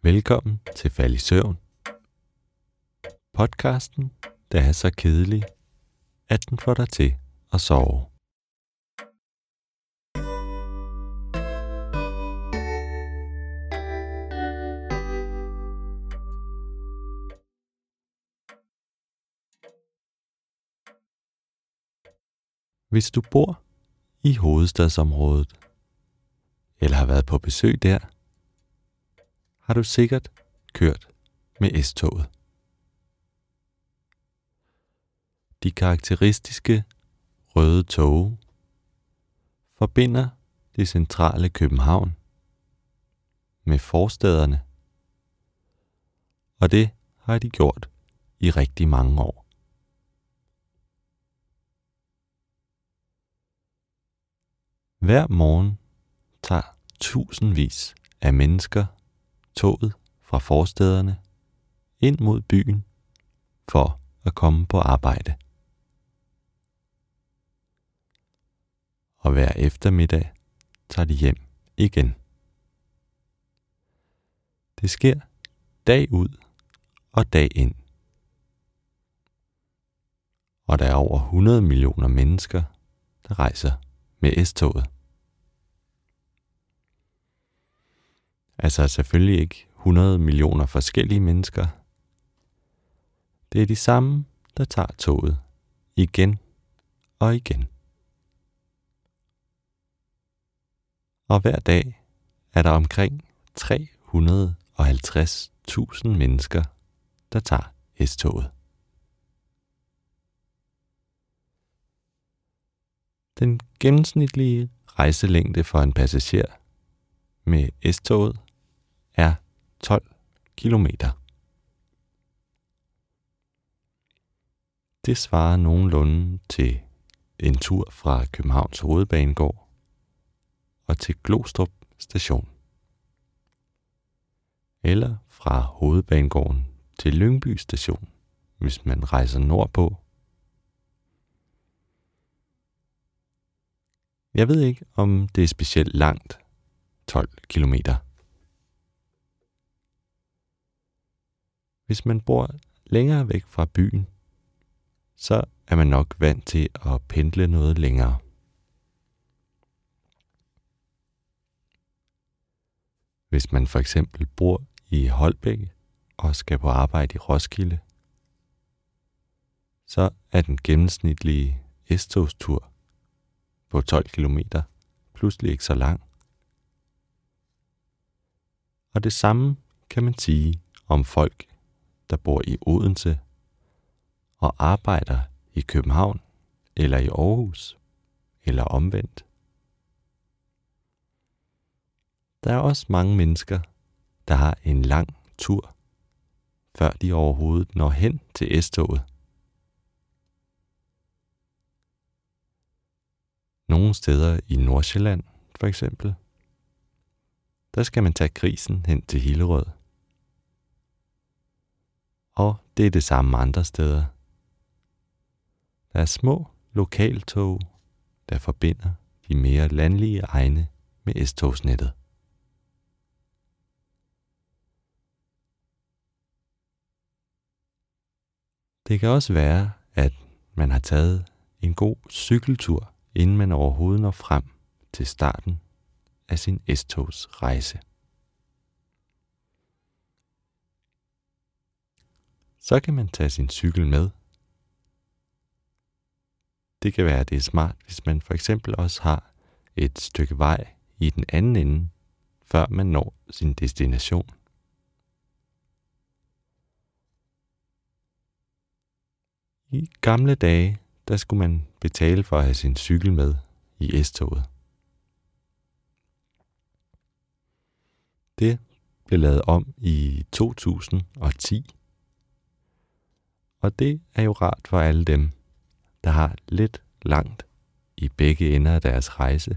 Velkommen til Fald i Søvn. Podcasten, der er så kedelig, at den får dig til at sove. Hvis du bor i hovedstadsområdet, eller har været på besøg der, har du sikkert kørt med S-toget. De karakteristiske røde tog forbinder det centrale København med forstæderne, og det har de gjort i rigtig mange år. Hver morgen tager tusindvis af mennesker toget fra forstæderne ind mod byen for at komme på arbejde. Og hver eftermiddag tager de hjem igen. Det sker dag ud og dag ind. Og der er over 100 millioner mennesker, der rejser med S-toget. Altså selvfølgelig ikke 100 millioner forskellige mennesker. Det er de samme, der tager toget igen og igen. Og hver dag er der omkring 350.000 mennesker, der tager S-toget. Den gennemsnitlige rejselængde for en passager med S-toget er 12 kilometer. Det svarer nogenlunde til en tur fra Københavns Hovedbanegård og til Glostrup station. Eller fra Hovedbanegården til Lyngby station, hvis man rejser nordpå. Jeg ved ikke, om det er specielt langt, 12 kilometer. Hvis man bor længere væk fra byen, så er man nok vant til at pendle noget længere. Hvis man for eksempel bor i Holbæk og skal på arbejde i Roskilde, så er den gennemsnitlige S-togstur på 12 kilometer pludselig ikke så lang. Og det samme kan man sige om folk, der bor i Odense og arbejder i København eller i Aarhus eller omvendt. Der er også mange mennesker, der har en lang tur, før de overhovedet når hen til S-toget. Nogle steder i Nordsjælland, for eksempel, der skal man tage Grisen hen til Hillerød. Og det er det samme andre steder. Der er små lokaltog, der forbinder de mere landlige egne med S-togsnettet. Det kan også være, at man har taget en god cykeltur, inden man overhovedet når frem til starten af sin S-togsrejse. Så kan man tage sin cykel med. Det kan være, at det er smart, hvis man for eksempel også har et stykke vej i den anden ende, før man når sin destination. I gamle dage, der skulle man betale for at have sin cykel med i S-toget. Det blev lavet om i 2010. Og det er jo rart for alle dem, der har lidt langt i begge ender af deres rejse.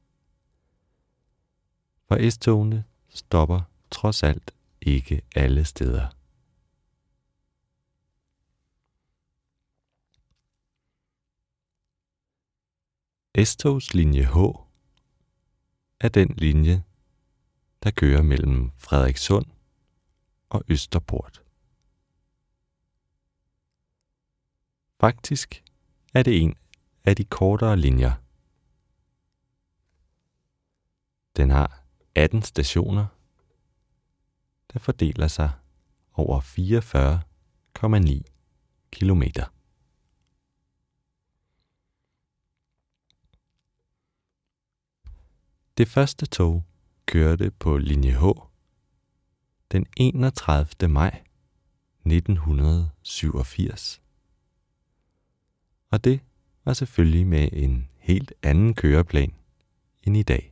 For S-togene stopper trods alt ikke alle steder. S-togs linje H er den linje, der kører mellem Frederikssund og Østerport. Faktisk er det en af de kortere linjer. Den har 18 stationer, der fordeler sig over 44,9 kilometer. Det første tog kørte på linje H den 31. maj 1987. Og det var selvfølgelig med en helt anden køreplan end i dag.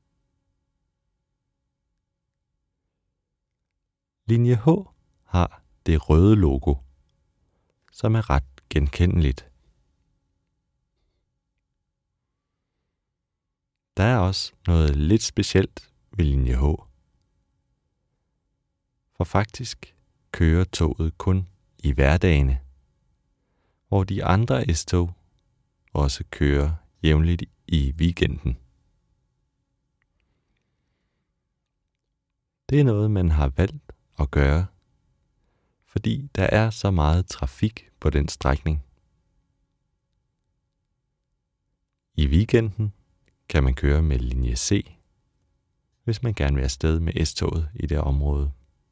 Linje H har det røde logo, som er ret genkendeligt. Der er også noget lidt specielt ved linje H. For faktisk kører toget kun i hverdagene, hvor de andre S-tog også kører jævnligt i weekenden. Det er noget, man har valgt at gøre, fordi der er så meget trafik på den strækning. I weekenden kan man køre med linje C, hvis man gerne vil afsted med S-toget i det område.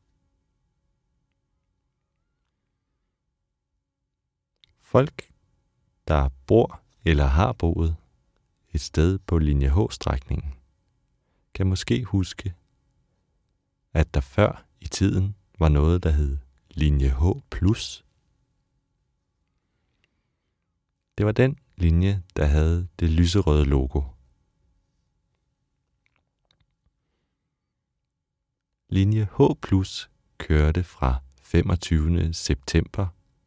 Folk, der bor eller har boet et sted på linje H-strækningen, kan måske huske, at der før i tiden var noget, der hed linje H+. Det var den linje, der havde det lyserøde logo. Linje H+ kørte fra 25. september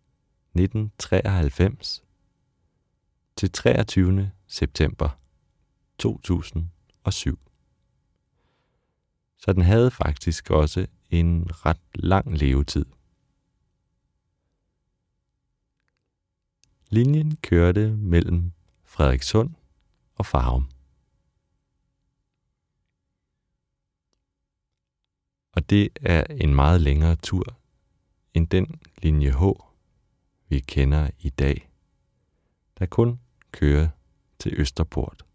1993 til 23. september 2007. Så den havde faktisk også en ret lang levetid. Linjen kørte mellem Frederikssund og Farum. Og det er en meget længere tur end den linje H, vi kender i dag, der kun kører til Østerport.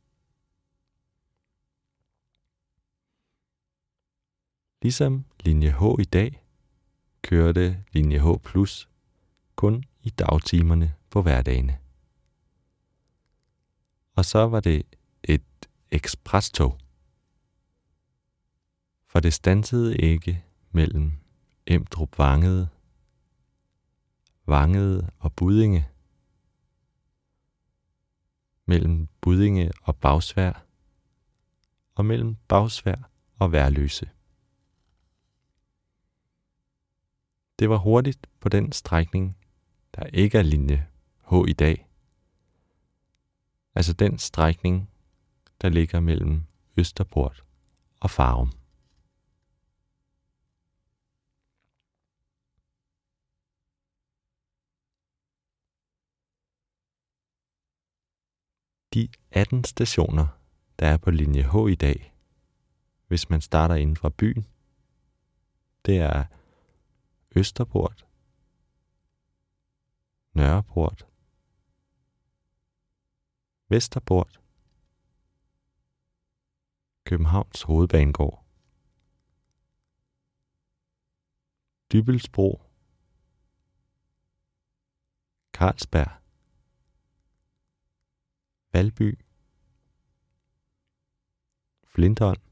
Ligesom linje H i dag, kørte linje H+ kun i dagtimerne på hverdagene. Og så var det et eksprestog, for det standsede ikke mellem Emdrup Vangede, Vangede og Buddinge, mellem Buddinge og Bagsværd, og mellem Bagsværd og Værløse. Det var hurtigt på den strækning, der ikke er linje H i dag. Altså den strækning, der ligger mellem Østerport og Farum. De 18 stationer, der er på linje H i dag, hvis man starter inden fra byen, det er Østerport, Nørreport, Vesterport, Københavns Hovedbanegård, Dybbølsbro, Carlsberg, Valby, Flintholm,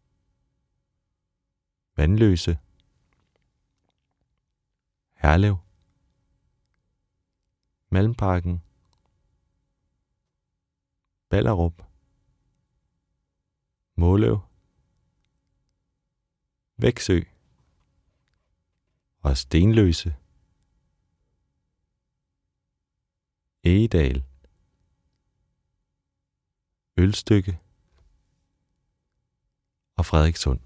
Vandløse, Herlev, Malmparken, Ballerup, Måløv, Veksø og Stenløse, Egedal, Ølstykke og Frederikssund.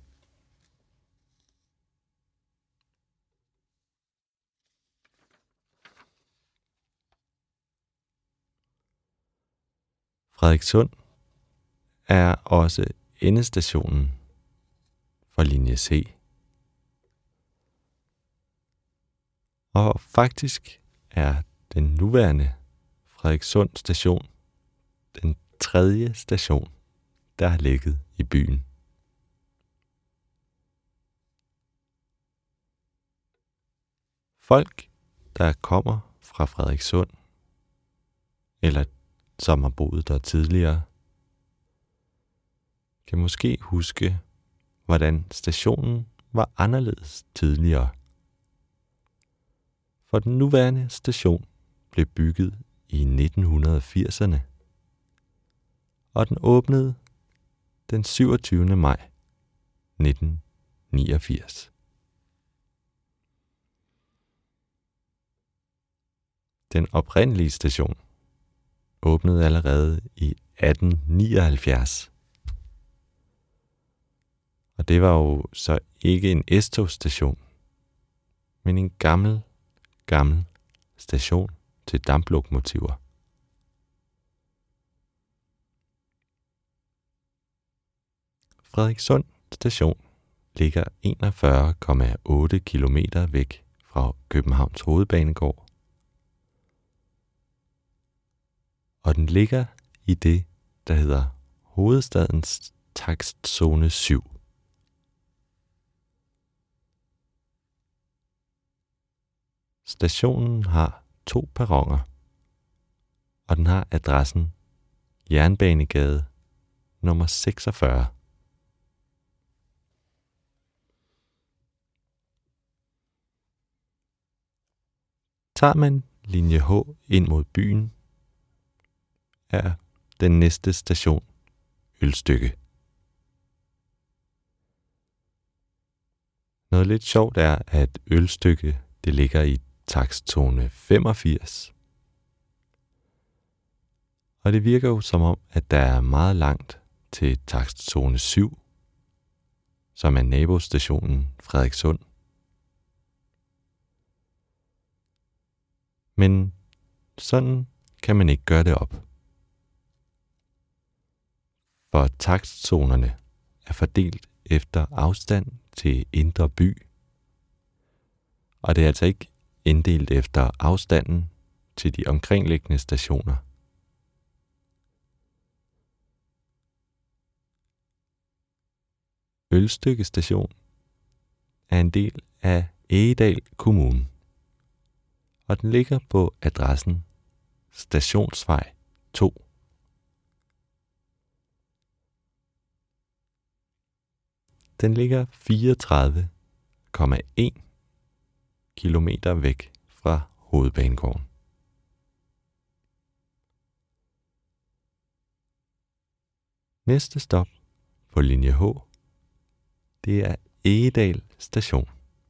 Frederikssund er også endestationen for linje C. Og faktisk er den nuværende Frederikssund station den 3. station, der har ligget i byen. Folk, der kommer fra Frederikssund, eller som har boet der tidligere, kan måske huske, hvordan stationen var anderledes tidligere. For den nuværende station blev bygget i 1980'erne, og den åbnede den 27. maj 1989. Den oprindelige station åbnede allerede i 1879. Og det var jo så ikke en S-togsstation, men en gammel station til damplokomotiver. Frederikssund station ligger 41,8 kilometer væk fra Københavns Hovedbanegård, og den ligger i det, der hedder Hovedstadens takstzone 7. Stationen har 2 perroner, og den har adressen Jernbanegade nummer 46. Tager man linje H ind mod byen, er den næste station Ølstykke. Noget lidt sjovt er, at Ølstykke det ligger i takstzone 85. Og det virker jo som om, at der er meget langt til takstzone 7, som er nabostationen Frederikssund. Men sådan kan man ikke gøre det op. For takstzonerne er fordelt efter afstand til indre by, og det er altså ikke inddelt efter afstanden til de omkringliggende stationer. Ølstykke station er en del af Egedal Kommune, og den ligger på adressen Stationsvej 2. Den ligger 34,1 kilometer væk fra Hovedbanegården. Næste stop på linje H, det er Egedal station.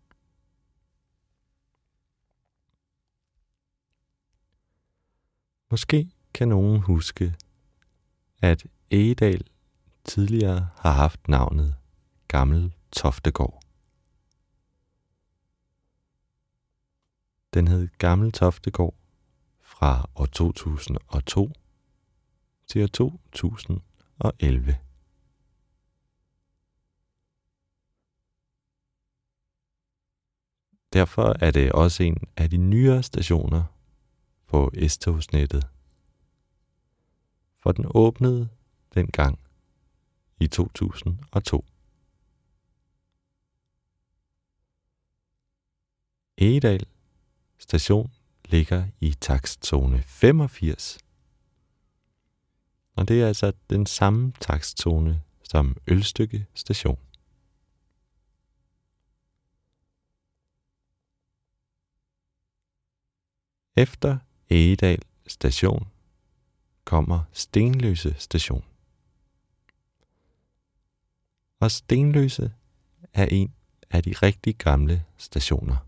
Måske kan nogen huske, at Egedal tidligere har haft navnet Gammel Toftegård. Den hed Gammel Toftegård fra år 2002 til år 2011. Derfor er det også en af de nyere stationer på S-togsnettet. For den åbnede dengang i 2002. Egedal station ligger i takstzone 85. Og det er altså den samme takstzone som Ølstykke station. Efter Egedal station kommer Stenløse station. Og Stenløse er en af de rigtig gamle stationer.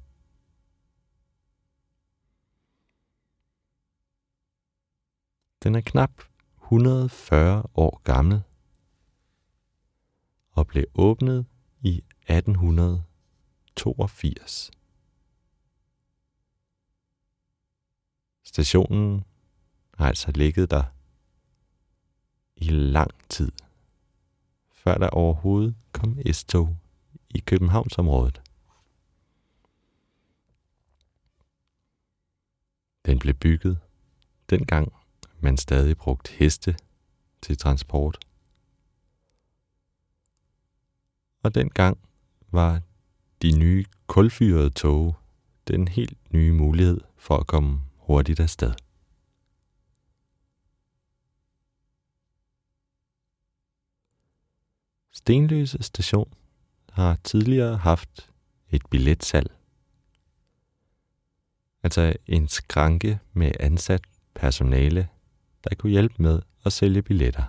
Den er knap 140 år gammel og blev åbnet i 1882. Stationen har altså ligget der i lang tid, før der overhovedet kom S-tog i Københavnsområdet. Den blev bygget, dengang man stadig brugte heste til transport. Og dengang var de nye kulfyrede tog den helt nye mulighed for at komme hurtigt afsted. Stenløse Station har tidligere haft et billetsalg. Altså en skranke med ansat personale, der kunne hjælpe med at sælge billetter.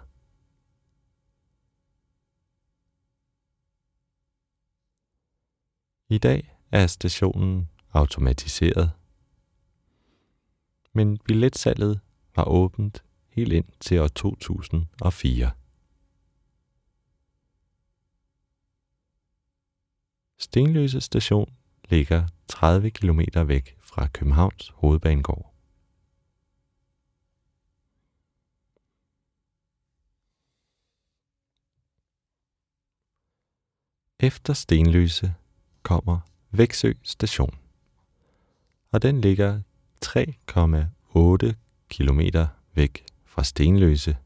I dag er stationen automatiseret, men billetsalget var åbent helt ind til år 2004. Stenløse Station ligger 30 km væk fra Københavns Hovedbanegård. Efter Stenløse kommer Veksø Station, og den ligger 3,8 km væk fra Stenløse,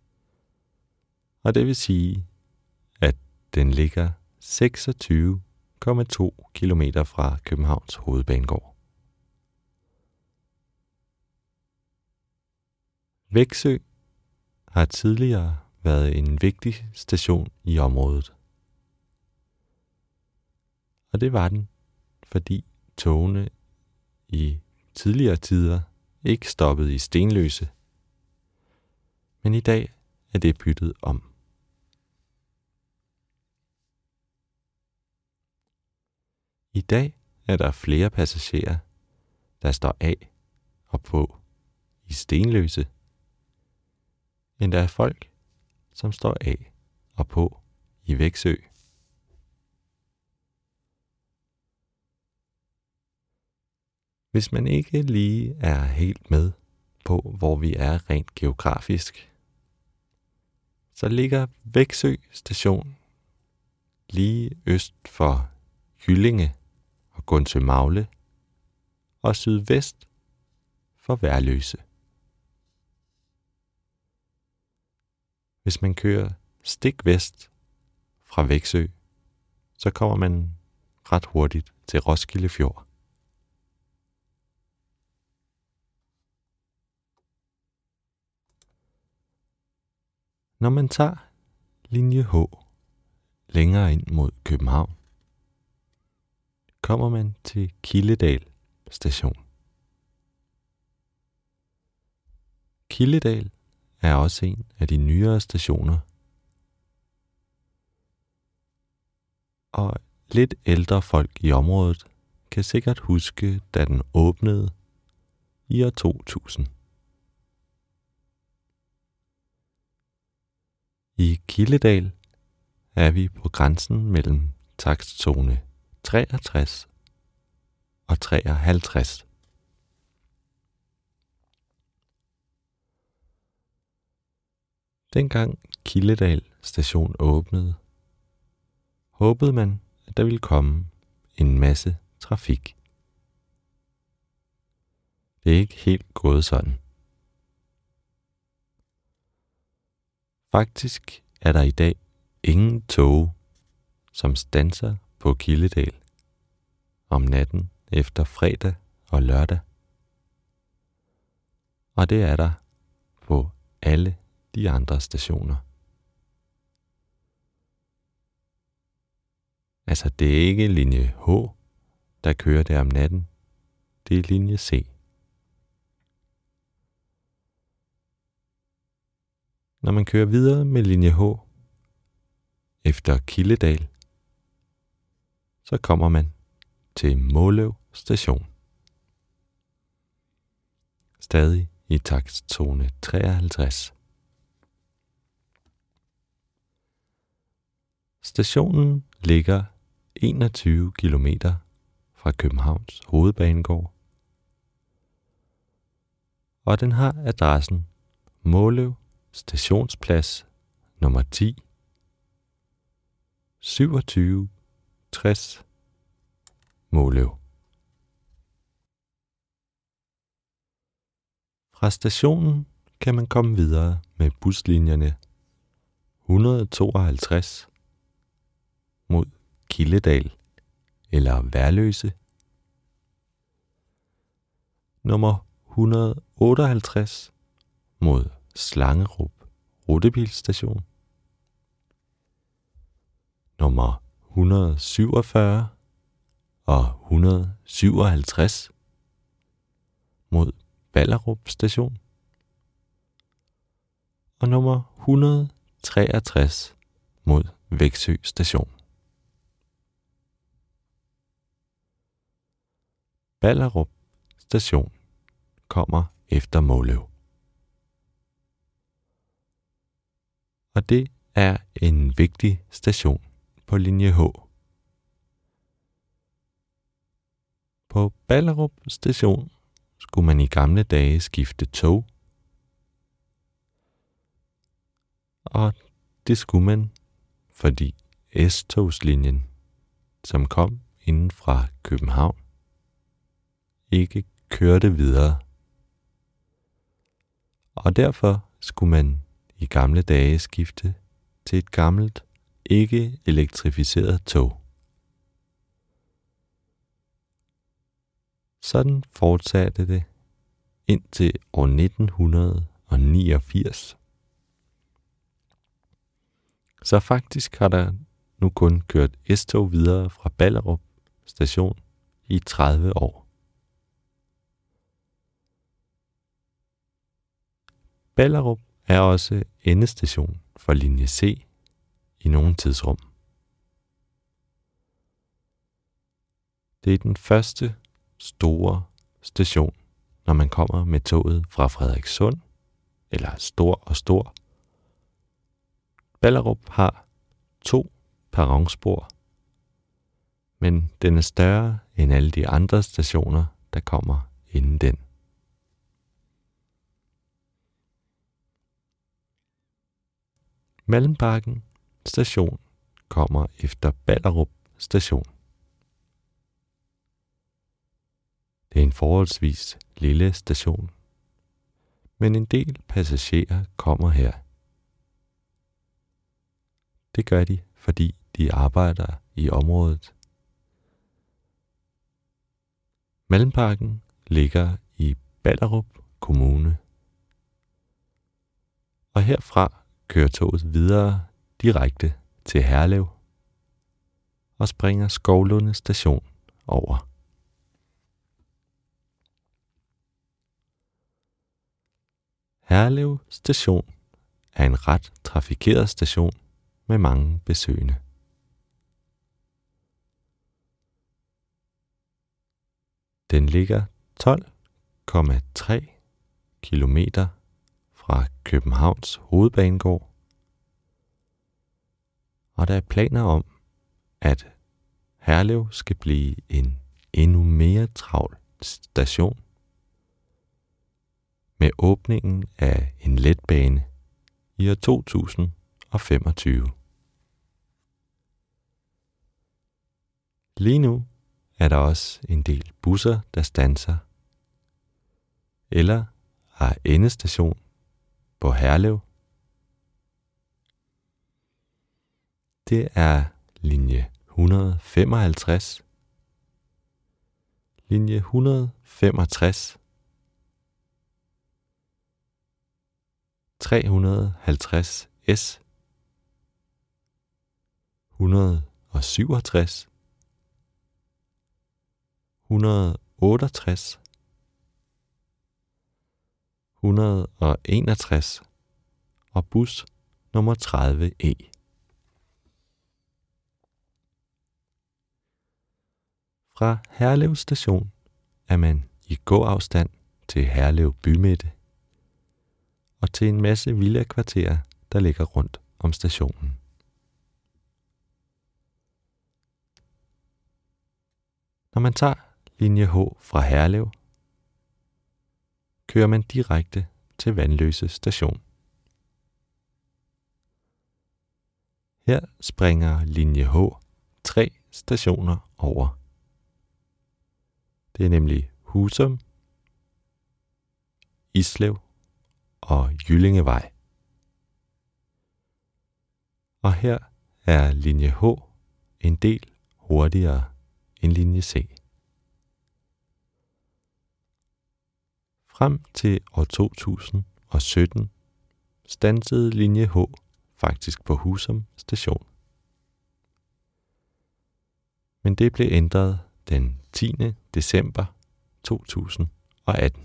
og det vil sige, at den ligger 26,2 km fra Københavns Hovedbanegård. Veksø har tidligere været en vigtig station i området. Og det var den, fordi togene i tidligere tider ikke stoppede i Stenløse, men i dag er det byttet om. I dag er der flere passagerer, der står af og på i Stenløse, end der er folk, som står af og på i Veksø. Hvis man ikke lige er helt med på, hvor vi er rent geografisk, så ligger Veksø Station lige øst for Jyllinge og Gundsø-Magle og sydvest for Værløse. Hvis man kører stik vest fra Veksø, så kommer man ret hurtigt til Roskilde Fjord. Når man tager linje H længere ind mod København, kommer man til Kildedal Station. Kildedal er også en af de nyere stationer, og lidt ældre folk i området kan sikkert huske, da den åbnede i år 2000. I Kildedal er vi på grænsen mellem takstzone 63 og 53. Dengang Kildedal Station åbnede, håbede man, at der ville komme en masse trafik. Det er ikke helt gået sådan. Faktisk er der i dag ingen tog, som standser på Kildedal om natten efter fredag og lørdag. Og det er der på alle de andre stationer. Altså, det er ikke linje H, der kører der om natten. Det er linje C. Når man kører videre med linje H efter Kildedal, så kommer man til Måløv Station. Stadig i takstzone 53. Stationen ligger 21 km fra Københavns Hovedbanegård, og den har adressen Måløv Stationsplads nummer 10, 2760 Måløv. Fra stationen kan man komme videre med buslinjerne 152 mod Kildedal eller Værløse, nummer 158 mod Slangerup Rutebilstation, nummer 147 og 157 mod Ballerup Station, og nummer 163 mod Veksø Station. Ballerup Station kommer efter Måløv. Og det er en vigtig station på linje H. På Ballerup Station skulle man i gamle dage skifte tog, og det skulle man, fordi S-togslinjen, som kom inden fra København, ikke kørte videre. Og derfor skulle man i gamle dage skifte til et gammelt, ikke elektrificeret tog. Sådan fortsatte det indtil år 1989. Så faktisk har der nu kun kørt S-tog videre fra Ballerup Station i 30 år. Ballerup er også endestation for linje C i nogle tidsrum. Det er den første store station, når man kommer med toget fra Frederikssund, eller Stor. Ballerup har 2 perronspor, men den er større end alle de andre stationer, der kommer inden den. Malmbakken Station kommer efter Ballerup Station. Det er en forholdsvis lille station, men en del passagerer kommer her. Det gør de, fordi de arbejder i området. Malmbakken ligger i Ballerup Kommune, og herfra kører toget videre direkte til Herlev og springer Skovlunde Station over. Herlev Station er en ret trafikeret station med mange besøgende. Den ligger 12,3 kilometer fra Københavns Hovedbanegård, og der er planer om, at Herlev skal blive en endnu mere travl station med åbningen af en letbane i år 2025. Lige nu er der også en del busser, der standser eller har endestation på Herlev. Det er linje 155, linje 165, 350 S, 167, 168, 161 og bus nummer 30E. Fra Herlev Station er man i gåafstand til Herlev Bymidte og til en masse villakvarterer, der ligger rundt om stationen. Når man tager linje H fra Herlev, kører man direkte til Vanløse Station. Her springer linje H 3 stationer over. Det er nemlig Husum, Islev og Jyllingevej. Og her er linje H en del hurtigere end linje C. Frem til år 2017 standsede linje H faktisk på Husum station. Men det blev ændret den 10. december 2018.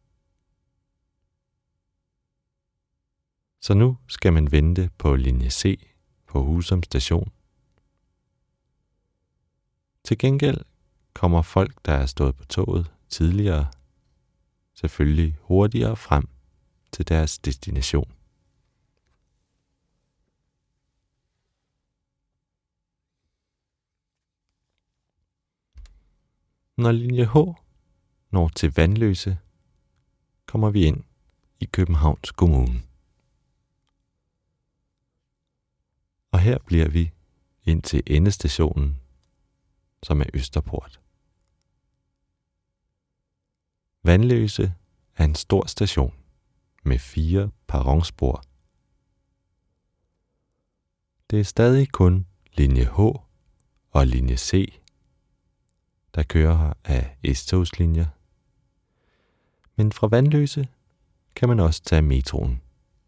Så nu skal man vente på linje C på Husum station. Til gengæld kommer folk, der er stået på toget tidligere, selvfølgelig hurtigere frem til deres destination. Når linje H når til Vanløse, kommer vi ind i Københavns Kommune. Og her bliver vi ind til endestationen, som er Østerport. Vanløse er en stor station med 4 perronspor. Det er stadig kun linje H og linje C, der kører her af S-togslinjer. Men fra Vanløse kan man også tage metroen.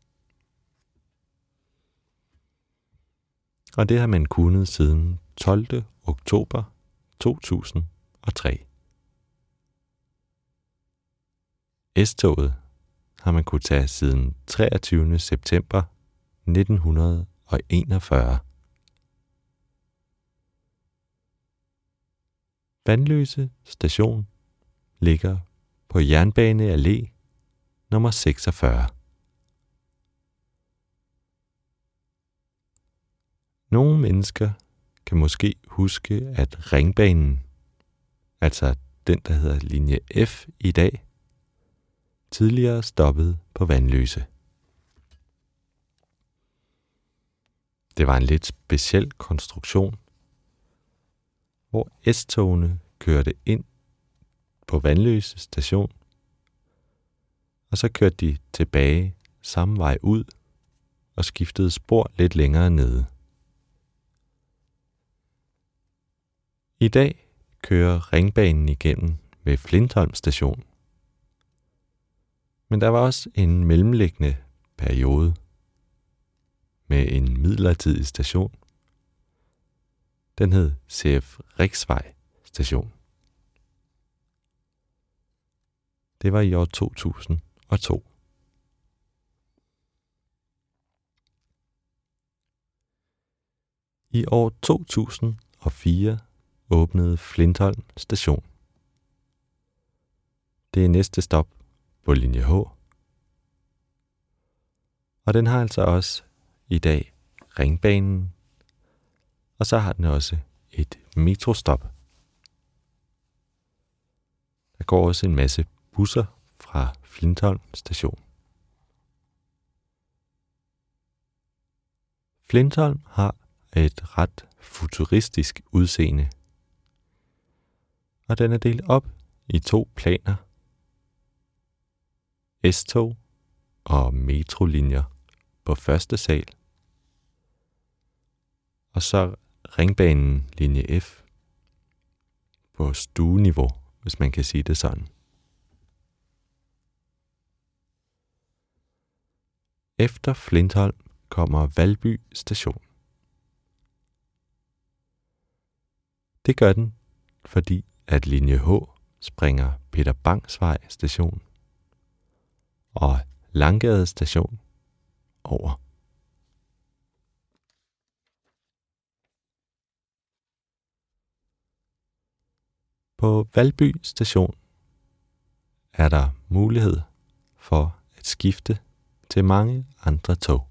Og det har man kunnet siden 12. oktober 2003. S-toget har man kunnet tage siden 23. september 1941. Vanløse station ligger på Jernbane Allé nummer 46. Nogle mennesker kan måske huske, at ringbanen, altså den, der hedder linje F i dag, tidligere stoppede på Vanløse. Det var en lidt speciel konstruktion, hvor S-togene kørte ind på Vanløse station, og så kørte de tilbage samme vej ud og skiftede spor lidt længere nede. I dag kører ringbanen igennem ved Flintholm station. Men der var også en mellemliggende periode med en midlertidig station. Den hed CF Riksvej station. Det var i år 2002. I år 2004 åbnede Flintholm station. Det er næste stop på linje H. Og den har altså også i dag ringbanen, og så har den også et metrostop. Der går også en masse busser fra Flintholm station. Flintholm har et ret futuristisk udseende, og den er delt op i 2 planer. S-tog og metrolinjer på første sal, og så ringbanen linje F på stueniveau, hvis man kan sige det sådan. Efter Flintholm kommer Valby station. Det gør den, fordi at linje H springer Peter Bangs Vej station og Langgade station over. På Valby station er der mulighed for at skifte til mange andre tog.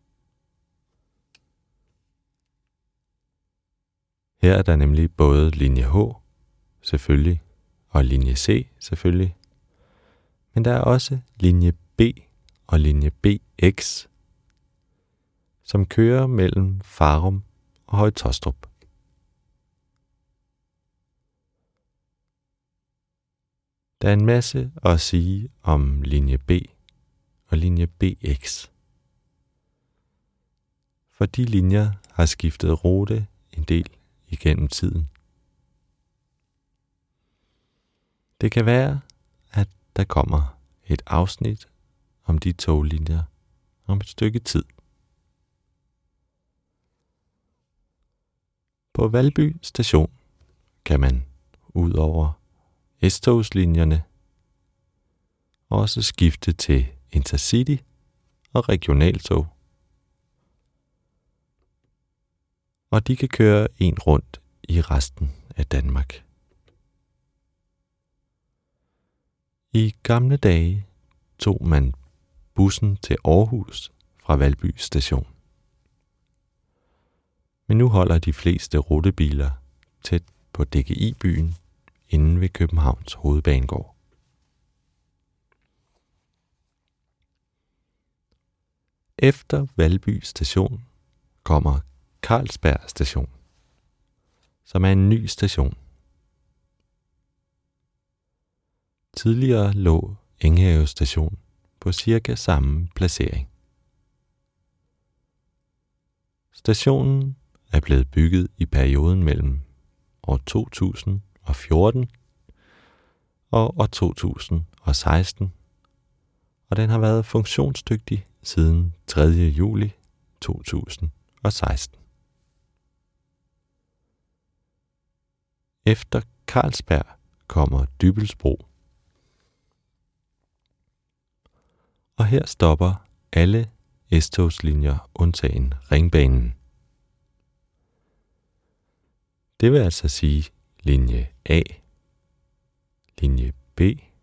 Her er der nemlig både linje H, selvfølgelig, og linje C, selvfølgelig. Men der er også linje B og linje BX, som kører mellem Farum og Høje Taastrup. Der er en masse at sige om linje B og linje BX. For de linjer har skiftet rute en del igennem tiden. Det kan være, at der kommer et afsnit om de toglinjer om et stykke tid. På Valby Station kan man ud over S-togslinjerne også skifte til Intercity og regionaltog. Og de kan køre en rundt i resten af Danmark. I gamle dage tog man bussen til Aarhus fra Valby Station. Men nu holder de fleste rutebiler tæt på DGI-byen inde ved Københavns Hovedbanegård. Efter Valby Station kommer Carlsberg Station, som er en ny station. Tidligere lå Enghave Station på cirka samme placering. Stationen er blevet bygget i perioden mellem år 2014 og år 2016, og den har været funktionsdygtig siden 3. juli 2016. Efter Carlsberg kommer Dybbølsbro, og her stopper alle S-togslinjer undtagen Ringbanen. Det vil altså sige linje A, linje B,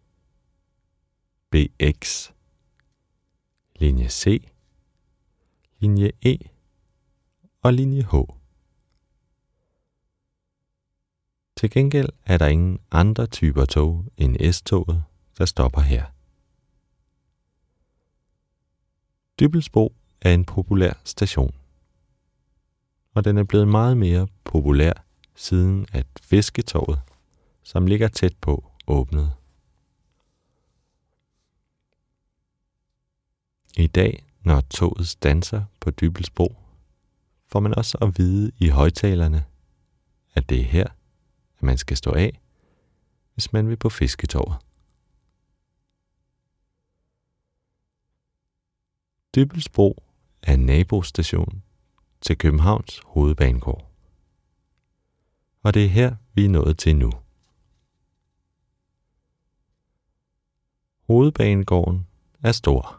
BX, linje C, linje E og linje H. Til gengæld er der ingen andre typer tog end S-toget, der stopper her. Dybbølsbro er en populær station, og den er blevet meget mere populær siden at Fisketorvet, som ligger tæt på, åbnede. I dag, når toget standser på Dybbølsbro, får man også at vide i højtalerne, at det er her, at man skal stå af, hvis man vil på Fisketorvet. Dybbølsbro er en nabostation til Københavns Hovedbanegård. Og det er her, vi er nået til nu. Hovedbanegården er stor.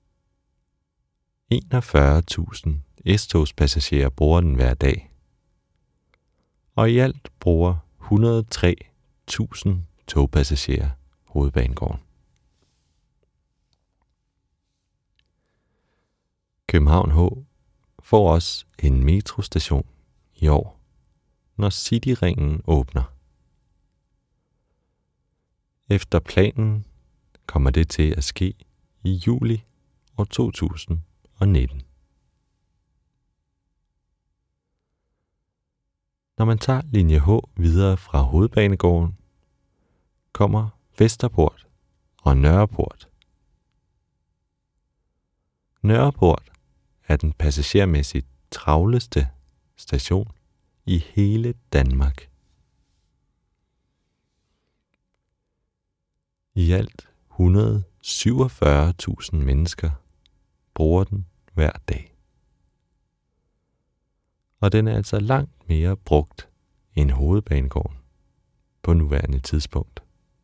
41.000 S-togspassagerer bruger den hver dag. Og i alt bruger 103.000 togpassagerer Hovedbanegården. København H får også en metrostation i år, når Cityringen åbner. Efter planen kommer det til at ske i juli år 2019. Når man tager linje H videre fra Hovedbanegården, kommer Vesterport og Nørreport. Nørreport er den passagermæssigt travleste station i hele Danmark. I alt 147.000 mennesker bruger den hver dag. Og den er altså langt mere brugt end Hovedbanegården på nuværende tidspunkt.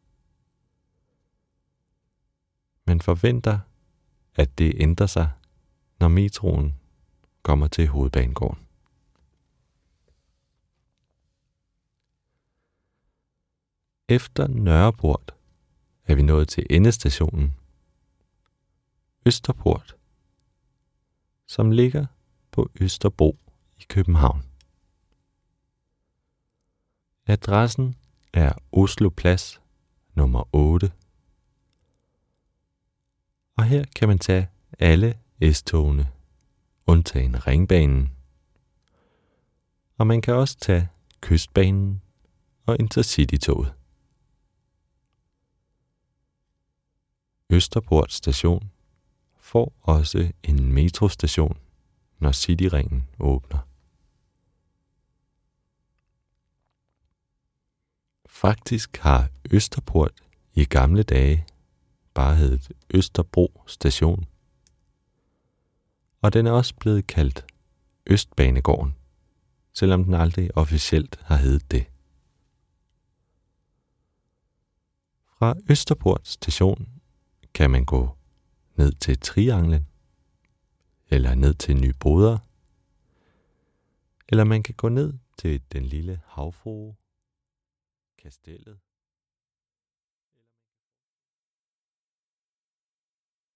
Man forventer, at det ændrer sig, når metroen kommer til Hovedbanegården. Efter Nørreport er vi nået til endestationen Østerport, som ligger på Østerbro i København. Adressen er Oslo Plads nummer 8. Og her kan man tage alle S-togene, undtagen Ringbanen. Og man kan også tage Kystbanen og Intercity-toget. Østerport Station får også en metrostation, når Cityringen åbner. Faktisk har Østerport i gamle dage bare heddet Østerbro Station, og den er også blevet kaldt Østbanegården, selvom den aldrig officielt har heddet det. Fra Østerport Station kan man gå ned til Trianglen, eller ned til Nyboder, eller man kan gå ned til den lille havfrue, Kastellet,